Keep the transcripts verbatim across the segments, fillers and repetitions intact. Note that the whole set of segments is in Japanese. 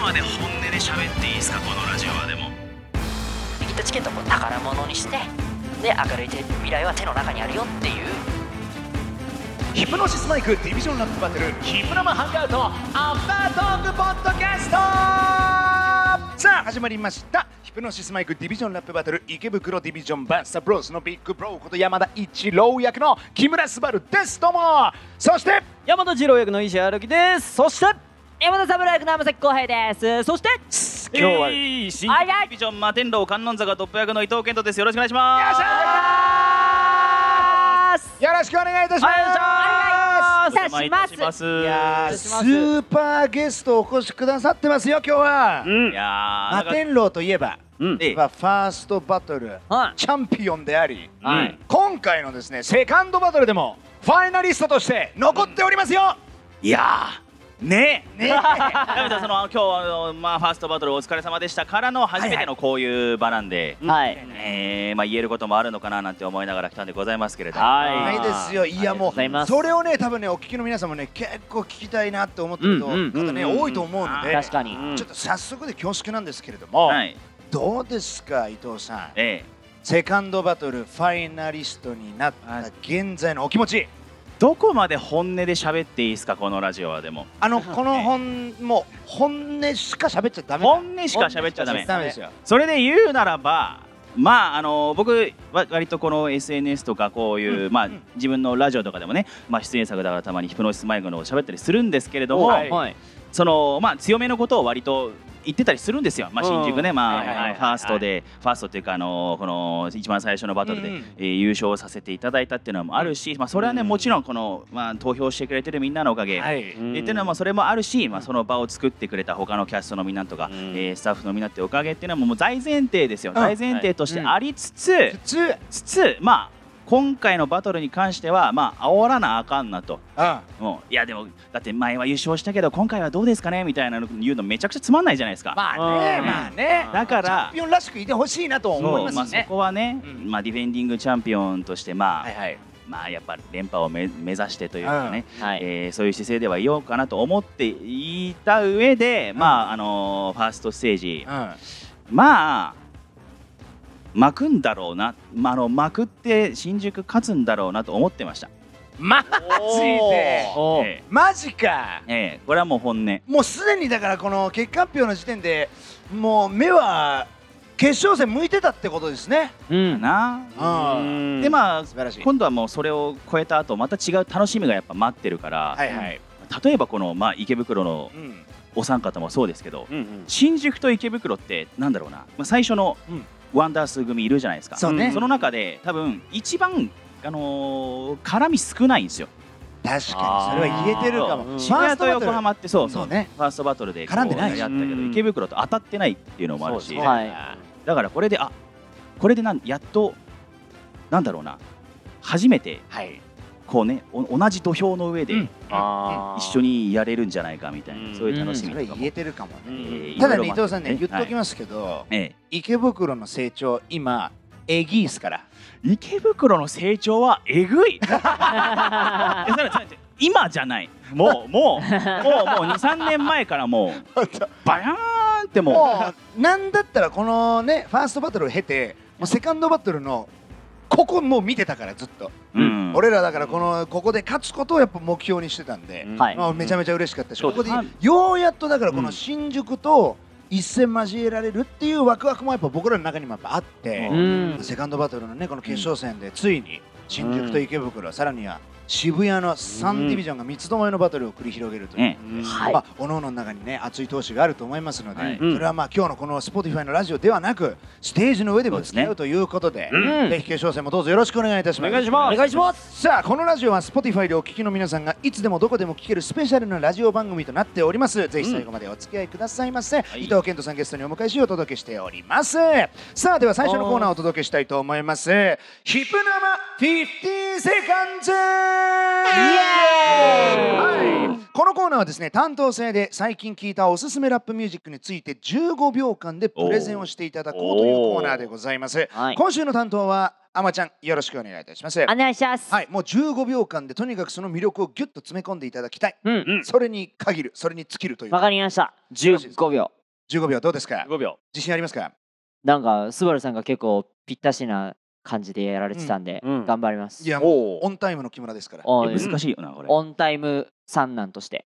まで本音で喋っていいですか、このラジオは。でも握ったチケットをこう宝物にして、で明るい未来は手の中にあるよっていう。 ヒプノシスマイクディビジョンラップバトルヒプナマハンガウトアフタートークポッドキャスト。さあ始まりました、ヒプノシスマイクディビジョンラップバトル池袋ディビジョンバスタブロースのビッグブローこと山田一郎役の木村昴です。どうも。そして山田二郎役の石原樹です。そして山田三郎役の天崎浩平です。そして今日は、えー、新ディビジョン摩天楼観音坂トップ役の伊藤健人です。よろしくお願いします。 よろしくお願いいたします。 お願いいたします。 いやー、スーパーゲストお越しくださってますよ今日は。 うん、いや摩天楼といえば、 うん、 ファーストバトル、 はい、 チャンピオンであり、 はい、 今回のですねセカンドバトルでもファイナリストとして残っておりますよ。 うん、いやーねえ、 ねえその今日まあファーストバトルお疲れ様でしたからの初めてのこういう場なんで、 はい、 えー、まあ言えることもあるのかななんて思いながら来たんでございますけれども、 はい、ですよ。いやもうそれをね多分ねお聞きの皆さんもね結構聞きたいなって思ってる方ね多いと思うので、 確かにちょっと早速で恐縮なんですけれども、 はい、 どうですか伊藤さん、 ええ、 セカンドバトルファイナリストになった現在のお気持ち。 どこまで本音で喋っていいですかこのラジオは。でもあのこの本もう本音しか喋っちゃダメ。 本音しか喋っちゃダメ。 ダメですよ。 それで言うならば、まああの僕は割とこの エスエヌエス とかこういう、うん、まあ、うん、自分のラジオとかでもね、まあ出演作だからたまにヒプノシスマイクのを喋ったりするんですけれども、はい、そのまあ強めのことを割と言ってたりするんですよ。まあ新宿ね、まあファーストでファーストっていうかあのこの一番最初のバトルで、うん、えー、優勝させていただいたっていうのもあるし、うん、まあそれはねもちろんこのまあ投票してくれてるみんなのおかげ、はい、っていうのはそれもあるし、まあその場を作ってくれた他のキャストのみんなとか、うん、えー、スタッフのみんなっておかげっていうのはもう大前提ですよ。大前提としてありつつ、はい、つつつつまあ今回のバトルに関してはまあ煽らなあかんなと。ああ、もういやでもだって前は優勝したけど今回はどうですかねみたいなの言うのめちゃくちゃつまんないじゃないですか。 まあね、まあね。だからチャンピオンらしくいてほしいなと思いますね。 まあそこはね、うん、まあディフェンディングチャンピオンとしてまあ、はいはい、まあやっぱ連覇を目指してというかね、うん、はい、えー、そういう姿勢ではいようかなと思っていた上で、うん、まああのー、ファーストステージ、うん、まあ巻くんだろうな、まあ、あの巻くって新宿勝つんだろうなと思ってました。 マジで、ええ、マジか、 ええ、これはもう本音。 もうすでにだからこの結果発表の時点でもう目は決勝戦向いてたってことですね。 うんなあ、でまあ今度はもうそれを超えた後また違う楽しみがやっぱ待ってるから、はいはい、例えばこの、まあ、池袋のお三方もそうですけど、うんうん、新宿と池袋ってなんだろうな、まあ、最初の、うん、ワンダース組いるじゃないですか。そ、ね、その中で多分一番、あのー、絡み少ないんですよ。 確かにそれは言えてるかも。 渋谷と横浜ってそうそうね、ファーストバトルで絡んでないやったけど池袋と当たってないっていうのもあるし、はい、だからこれであこれでなんやっとなんだろうな初めて、はい、こうね同じ土俵の上で、うん、あ一緒にやれるんじゃないかみたいな、うん、そういう楽しみとかも、 それ言えてるかもね、えー、ただね伊藤さんね言っときますけど、はい、池袋の成長今えぎいっすから。 池袋の成長はえぐい今じゃないもうもうもうもうにさんねんまえからもうバヤーンってもうもうなんだったらこのねファーストバトルを経てもうセカンドバトルのここもう見てたからずっと、うん、俺らだからこのここで勝つことをやっぱ目標にしてたんで、うん、まあめちゃめちゃ嬉しかったし、ここでようやっとだからこの新宿と一戦交えられるっていうワクワクもやっぱ僕らの中にもやっぱあって、うん、セカンドバトルのねこの決勝戦でついに新宿と池袋、うん、さらには渋谷のさんディビジョンが三つどもえのバトルを繰り広げるという、うん、まあ各々の中にね熱い闘志があると思いますので、はい、それはまあ今日のこの Spotify のラジオではなくステージの上でも付き合うということで、うん、ぜひ決勝戦もどうぞよろしくお願いいたします。 お願いします。お願いします。 さあこのラジオは Spotify でお聞きの皆さんがいつでもどこでも聞けるスペシャルなラジオ番組となっております。ぜひ最後までお付き合いくださいませ、うん、伊藤健人さんゲストにお迎えしお届けしております。さあでは最初のコーナーをお届けしたいと思います。ヒプナマフィフティーセカンズはい、このコーナーはですね担当制で最近聴いたおすすめラップミュージックについてじゅうごびょうかんでプレゼンをしていただこうというコーナーでございます。今週の担当はあまちゃんよろしくお願いいたします。 お願いします。 はい、もうじゅうごびょうかんでとにかくその魅力をギュッと詰め込んでいただきたい、うん、それに限るそれに尽きるという。 わかりました。じゅうごびょじゅうごびょうどうですか？ ごびょう自信ありますか？ なんかスバルさんが結構ぴったしな感じでやられてたんで、 うんうん頑張ります。 いやもうオンタイムの木村ですからお難しいよなこれ。 オンタイム三男として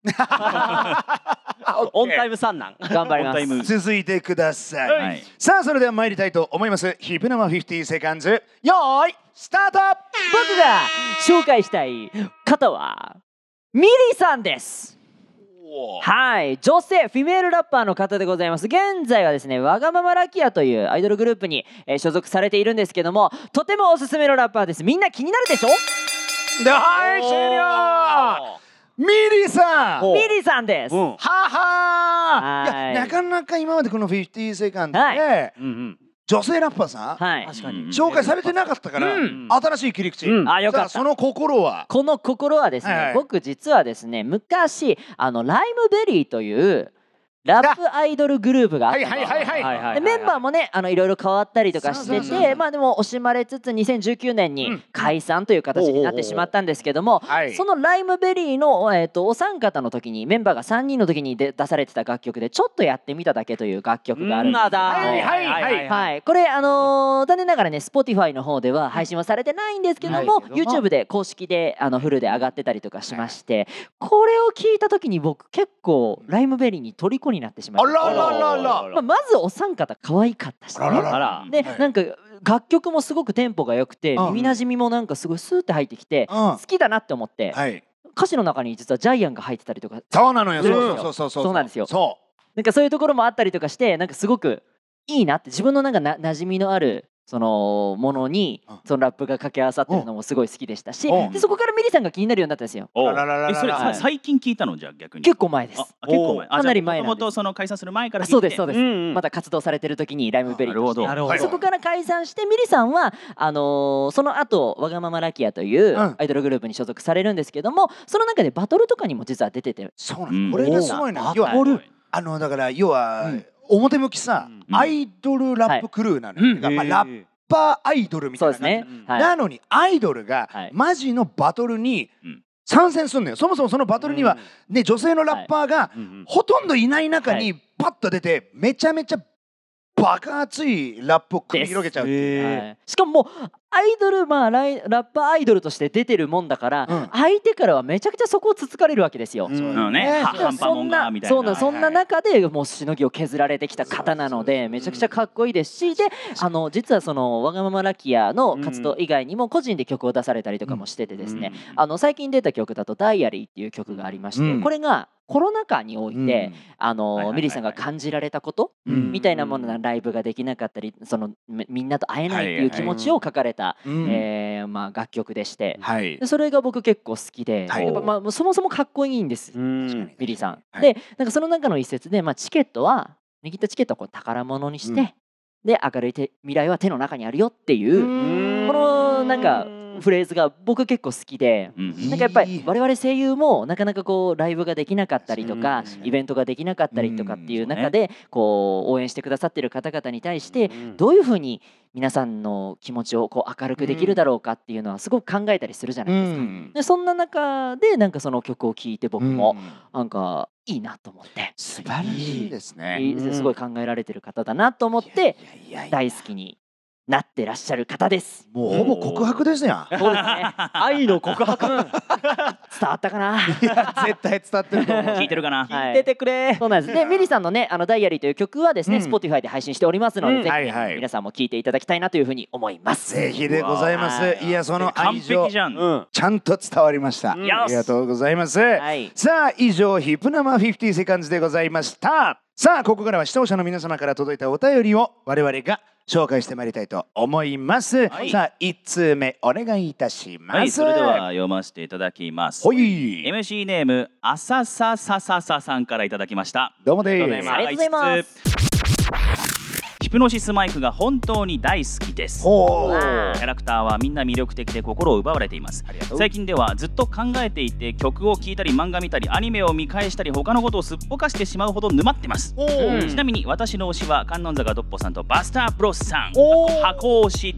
オンタイム三男頑張ります。 オンタイム続いてください、 はいさあそれでは参りたいと思います。ヒプナマフィフティーセカンズよーいスタート。 僕が紹介したい方はミリさんです。はい、女性フィメールラッパーの方でございます。現在はですねわがままラキアというアイドルグループに、えー、所属されているんですけども、とてもおすすめのラッパーです。みんな気になるでしょ。 ではい終了。ミリさんミリさんです、 うんははーはいいやなかなか今までこのフィフティーセカンズで、 はうんうん女性ラッパーさん、 はい、 確かに紹介されてなかったから、 うん新しい切り口、 うんあよかった。 さあその心はこの心はですね、 はいはい僕実はですね昔あのライムベリーというラップアイドルグループがあったんですよ。 はいはいはいはいはいでメンバーもねあのいろいろ変わったりとかしてそうそうそうそうて、まあでも惜しまれつつにせんじゅうきゅうねんにうん解散という形になってしまったんですけども、 はいそのライムベリーの、えー、とお三方の時にメンバーがさんにんの時にで出されてた楽曲でちょっとやってみただけという楽曲があるんですけども、 はいはいはいはい、これあのー残念ながらね Spotify の方では配信はされてないんですけども、 ないけども YouTube で公式であのフルで上がってたりとかしまして、これを聞いた時に僕結構ライムベリーに虜になってしまいました。 あららららまあ、まずお三方可愛かったしね。 あららあらで、 はいなんか楽曲もすごくテンポが良くて、 うん耳なじみもなんかすごいスーって入ってきて、 うん好きだなって思って、 はい歌詞の中に実はジャイアンが入ってたりとか、 そうなのよ、 うんそうそうそうそうそうなんですよそなんかそういうところもあったりとかしてなんかすごくいいなって自分のなんかな馴染みのあるそのものにうんそのラップが掛け合わさってるのもすごい好きでしたし、 うんでそこからミリさんが気になるようになったんですよ。 おうあらららららえそれはいさ最近聞いたのじゃあ逆に。 結構前です。 あ結構前。 かなり前なんですもともとその解散する前から聞いて。 そうですそうです、 うんうんまだ活動されてる時にライムベリーとしてなるほどはいそこから解散してミリさんはあのーその後わがままラキアといううんアイドルグループに所属されるんですけども、その中でバトルとかにも実は出てて、 そうなうんのこれがすごいのよ要はバトルあのだから要はうん表向きさうんアイドルラップクルーなのよはいてかまあラッパーアイドルみたいうなそですね、 感じはい、 なのにアイドルがはいマジのバトルにうん参戦するのよ。そもそもそのバトルにはね女性のラッパーがうんうんほとんどいない中はにパッと出てめちゃめちゃ爆熱いラップを繰り広げちゃうっていう。 へはい、しかももうアイドルまあライラッパーアイドルとして出てるもんだから、 うん相手からはめちゃくちゃそこをつつかれるわけですよ。 うんそううんね。 ねは半端もんがみたいな。 そうなそんなはいはい中でもうしのぎを削られてきた方なのでめちゃくちゃかっこいいですし、であの実はそのわがままラキアの活動以外にも個人で曲を出されたりとかもしててですね、あの最近出た曲だと「ダイアリー」っていう曲がありまして、 うんこれがコロナ禍において、あはいはいはいはいのミリさんが感じられたことうんみたいなものなライブができなかったりそのみみんなと会えないっていう気持ちを書かれた、 うんえーまあ、楽曲でして、 はいでそれが僕結構好きで、 はいやっぱまあそもそもかっこいいんです、 うんミリさん。 はいでなんかその中の一節で、まあ、チケットは握ったチケットをこう宝物にして、 うんで明るい手未来は手の中にあるよっていう、 うんこのなんかフレーズが僕結構好きで。 うんなんかやっぱり我々声優もなかなかこうライブができなかったりとかうんイベントができなかったりとかっていう中でこう応援してくださってる方々に対してうんどういうふうに皆さんの気持ちをこう明るくできるだろうかっていうのはすごく考えたりするじゃないですか。 うんでそんな中でなんかその曲を聴いて僕もうんなんかいいなと思って素晴らしいですね。 いいすごい考えられてる方だなと思っていやいやいや大好きになってらっしゃる方です。 もうほぼ告白ですやん。 そうですね。 愛の告白伝わったかな。 いや絶対伝わってると思う。 聞いてるかな。 はい出てくれそうなんです。で、ミリさんのね、あのダイアリーという曲はですね、 うん Spotify で配信しておりますので、 うんぜひはいはい皆さんも聴いていただきたいなというふうに思います。 ぜひでございますは。いいやその完愛情璧じゃん。 うんちゃんと伝わりました。 うんありがとうございます。 はい。 さあ以上ヒプナマフィフティセカンズでございました。さあここからは視聴者の皆様から届いたお便りを我々が紹介してまいりたいと思います。 はいさあ一通目お願いいたします。 はい、それでは読ませていただきます。 ほい。 エムシー ネームあささささささんからいただきました。 どうもでありがとうございますす。 ありがとうございます。 ヒプノシスマイクが本当に大好きです。 ほう。 キャラクターはみんな魅力的で心を奪われています。最近ではずっと考えていて曲を聴いたり漫画見たりアニメを見返したり他のことをすっぽかしてしまうほど沼ってます。 うんちなみに私の推しは観音坂ドッポさんとバスターブロスさんおー箱推し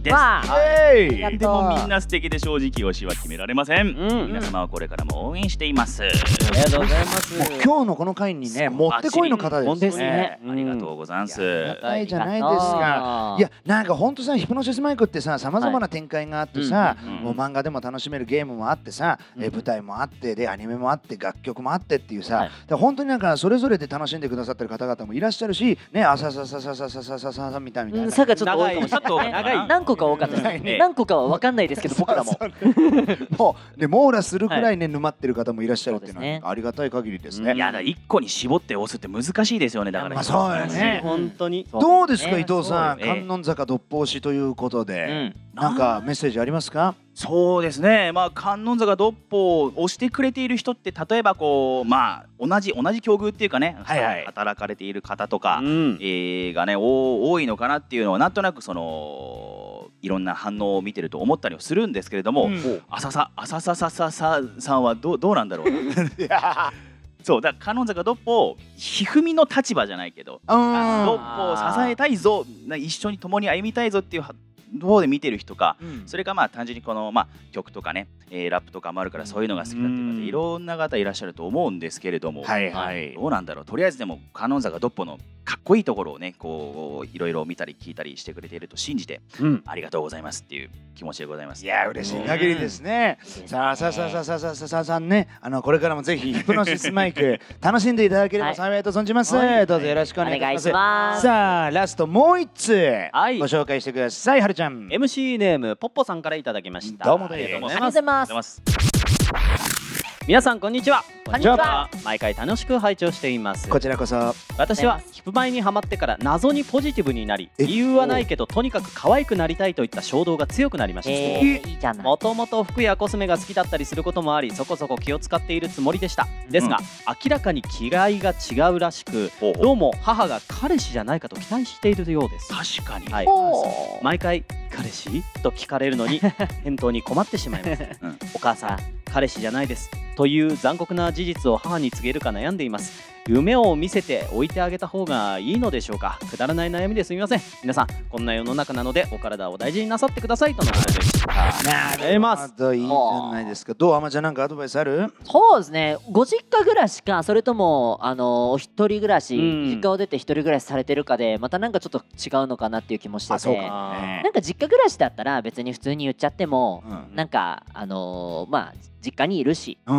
です。 わあ、ありがとう。 でもみんな素敵で正直推しは決められません。皆様はこれからも応援しています。ありがとうございます。 今日のこの回にね、もってこいの方ですね。 ありがとうございます。 ありがたいじゃないですか。いや、なんか本当さ、ヒプノシスマイクってさ、さまざまな展開があってさ、もう漫画でも楽しめるゲームもあってさ、舞台もあってでアニメもあって楽曲もあってっていうさ、本当になんかそれぞれで楽しんでくださってる方々もいらっしゃるし、ね、あささささささささささみたいな。 さがちょっと多いかもしれない。何個か多かったですね。何個かは分かんないですけど、僕らも。 もうね、網羅するくらいね、沼ってる方もいらっしゃるっていうのはありがたい限りですね。 いや、一個に絞って押すって難しいですよね。だから。 そうよね。 本当に。 どうですか、伊藤さん、観音坂どっぽしということで、なんかメッセージありますか？ そうですね、まあ、観音坂ドッポを推してくれている人って例えばこう、まあ、同じ同じ境遇っていうかね、はいはい、働かれている方とか、うん、えー、がね多いのかなっていうのはなんとなくそのいろんな反応を見てると思ったりはするんですけれども、うん、浅さ浅さささささんはどうどうなんだろういやそうだから観音坂ドッポをひふみの立場じゃないけどドッポを支えたいぞ一緒に共に歩みたいぞっていうどうで見てる人か、うん、それかまあ単純にこの、まあ、曲とかね、えー、ラップとかもあるからそういうのが好きだっていう方でいろんな方いらっしゃると思うんですけれども、はいはい、どうなんだろう。とりあえずでも観音坂ドッポのかっこいいところをねこういろいろ見たり聞いたりしてくれていると信じて、うん、ありがとうございますっていう気持ちでございます。 いや嬉しい限りですね。さあさあさあさあさあさあさあさあね、あのこれからもぜひヒプノシスマイク楽しんでいただければ幸いと存じます、はい、どうぞよろしくお願いします。さあラストもう一つ、はい、ご紹介してください。はるちゃん。 エムシー ネームポッポさんからいただきました。 どうもありがとうございます。 皆さんこんにちは。 こんにちは。 毎回楽しく拝聴しています。 こちらこそ。 私はヒプマイにハマってから謎にポジティブになり、理由はないけどとにかく可愛くなりたいといった衝動が強くなりました。もともと服やコスメが好きだったりすることもあり、そこそこ気を使っているつもりでした。ですが、うん、明らかに気概が違うらしく、どうも母が彼氏じゃないかと期待しているようです。 確かに、 はい、毎回彼氏と聞かれるのに返答に困ってしまいます、うん、お母さん彼氏じゃないですという残酷な事実を母に告げるか悩んでいます。夢を見せておいてあげた方がいいのでしょうか。くだらない悩みですみません。皆さんこんな世の中なのでお体をお大事になさってくださいとのことでした。 なるほど、いいじゃないですか。どう、あまちゃん、なんかアドバイスある？ そうですね、ご実家暮らしかそれともあのお一人暮らし、うん、実家を出て一人暮らしされてるかでまたなんかちょっと違うのかなっていう気もしてて、なんか実家暮らしだったら別に普通に言っちゃっても、うん、なんかあのー、まあ実家にいるし、うん、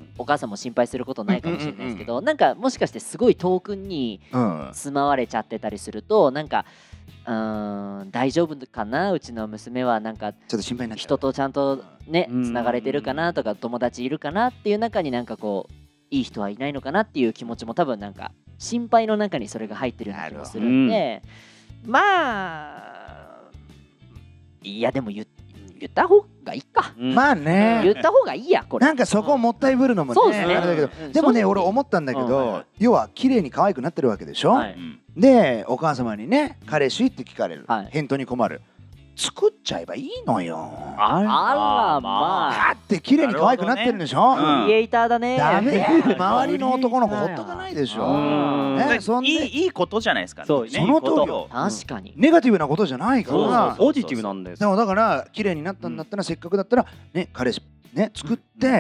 お母さんも心配することないかもしれないですけど、なんかもしかしてすごい遠くに住まわれちゃってたりすると、なんかうーん大丈夫かな、うちの娘はなんかちょっと心配になっちゃう、人とちゃんとねつながれてるかなとか友達いるかなっていう中になんかこういい人はいないのかなっていう気持ちも多分なんか心配の中にそれが入ってるような気もするんで、まあいやでも言言った方がいいか、 うん、まあね言った方がいいやこれ。 なんかそこをもったいぶるのもね、そうですね、あれだけど、うん、でもね俺思ったんだけど、うん、要は綺麗に可愛くなってるわけでしょ、はい、でお母様にね彼氏って聞かれる、はい、返答に困る、作っちゃえばいいのよ。 あらまあだって綺麗に可愛くなってるんでしょ、 クリエイターだね。 ダメ周りの男の子ほっとかないでしょ、 ね、そんいいいいことじゃないですか。 そう、その通り。 確かにネガティブなことじゃないからポジティブなんです。 でもだから綺麗になったんだったら、せっかくだったらね彼氏ね作って、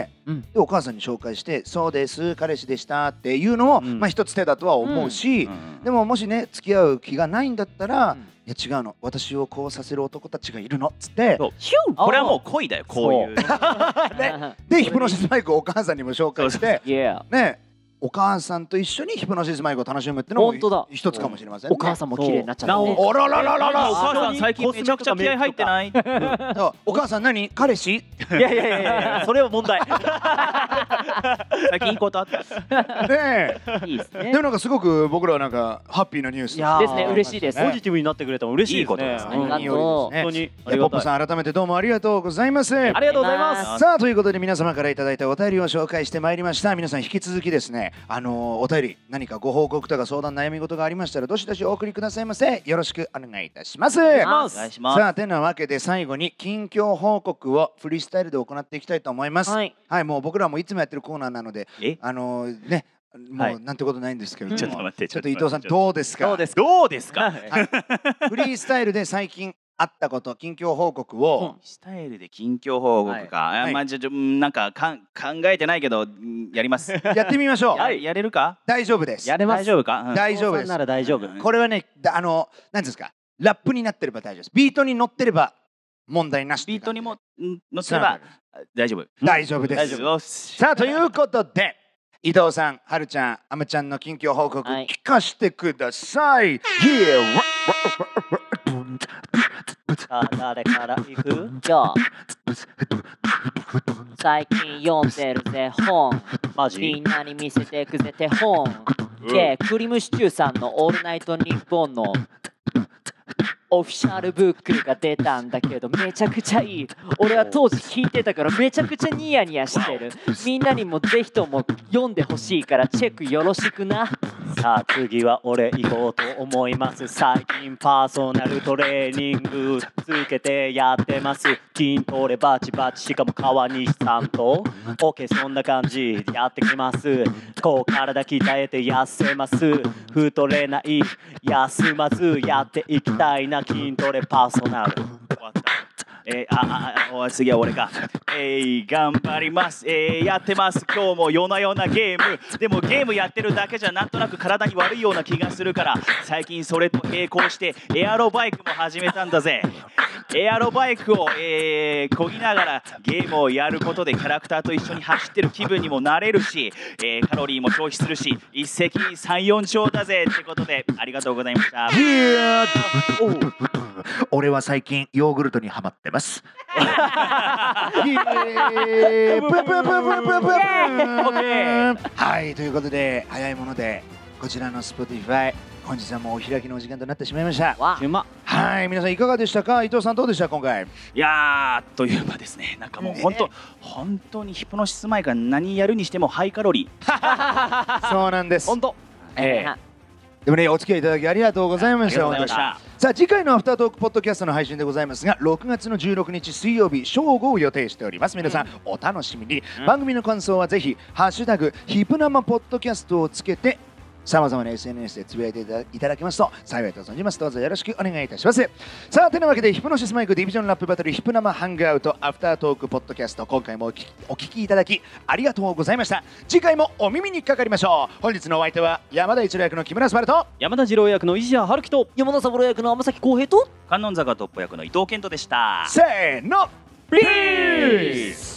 でお母さんに紹介して「そうです彼氏でした」っていうのもまあ一つ手だとは思うし、でももしね付き合う気がないんだったら、いや違うの、私をこうさせる男たちがいるのっつって、 これはもう恋だよ、こういうでヒプノシスマイクをお母さんにも紹介してね、お母さんと一緒にヒプノシスマイクを楽しむっていうのも一つかもしれませんね。 お母さんも綺麗になっちゃうね。 おららららら、 お母さん最近めちゃくちゃ気合入ってない？ お母さん何彼氏？いやいやいやいや、それは問題。 最近いいことあった？ ねえ、いいですね。でもなんかすごく僕らはなんかハッピーなニュースですね。嬉しいです。 ポジティブになってくれたら嬉しいことですね。 ありがとう。 本当に。ポッポさん改めてどうもありがとうございます。 ありがとうございます。 さあということで皆様からいただいたお便りを紹介してまいりました。皆さん引き続きですね、あのお便り何かご報告とか相談悩み事がありましたらどしどしお送りくださいませ。よろしくお願いいたします。お願いします。 さあてなわけで最後に近況報告をフリースタイルで行っていきたいと思います。はい、はい、もう僕らもいつもやってるコーナーなので、あのー、ね。もうなんてことないんですけど、 ちょっと待って、 ちょっと伊藤さんどうですか？ どうですか？どうですか？ フリースタイルで最近あったこと近況報告を、 スタイルで近況報告か、はい、まあちょちょなんかかん考えてないけどやります。 やってみましょう。 や, やれるか？ 大丈夫です。 やれます。 大丈夫か？ うん、大丈夫です。 なら大丈夫。 これはね、あの何ですか、ラップになってれば大丈夫です。ビートに乗ってれば問題なし。 ビートにも乗ってれば大丈夫。 大丈夫です。 大丈夫。 さあということで。伊藤さん、はるちゃん、あまちゃんの近況報告、聞かしてください。 誰から行く？ じゃあ最近読んでるぜ本、 マジ？ みんなに見せてくぜ手本。で、クリームシチューさんのオールナイトニッポンのオフィシャルブックが出たんだけどめちゃくちゃいい。俺は当時聞いてたからめちゃくちゃニヤニヤしてる。みんなにもぜひとも読んでほしいからチェックよろしくな。 さあ次は俺行こうと思います。最近パーソナルトレーニング続けてやってます。筋トレバチバチ、しかも川西さんと OK そんな感じでやってきます。こう体鍛えて痩せます。太れない休まずやっていきたいな。筋トレパーソナル。 えー、ああ次は俺か。えー、頑張ります、えー、やってます。今日も夜な夜なゲーム。でもゲームやってるだけじゃなんとなく体に悪いような気がするから、最近それと並行してエアロバイクも始めたんだぜ。エアロバイクを、えー、漕ぎながらゲームをやることでキャラクターと一緒に走ってる気分にもなれるし、えー、カロリーも消費するし、一石三四鳥だぜってことでありがとうございました。 俺は最近ヨーグルトにハマってます。はいということで早いものでこちらの Spotify 本日はもうお開きのお時間となってしまいました。はい皆さんいかがでしたか？伊藤さんどうでした今回？ いやーあっという間ですね。なんかもう本当、えー、本当にヒプノシスマイクが何やるにしてもハイカロリー。 そうなんです。 本当。えーでもね、お付き合いいただきありがとうございました。さあ次回のアフタートークポッドキャストの配信でございますが、ろくがつのじゅうろくにち水曜日正午を予定しております。皆さん、うん、お楽しみに、うん、番組の感想はぜひハッシュタグヒプナマポッドキャストをつけてさまざまな エスエヌエス でつぶやいていただけますと幸いと存じます。どうぞよろしくお願いいたします。さあてなわけでヒプノシスマイクディビジョンラップバトルヒプナマハングアウトアフタートークポッドキャスト、今回もお聞き、お聞きいただきありがとうございました。次回もお耳にかかりましょう。本日のお相手は山田一郎役の木村昴と山田次郎役の石谷春樹と山田三郎役の天崎浩平と観音坂トップ役の伊藤健人でした。 せーの、ピース。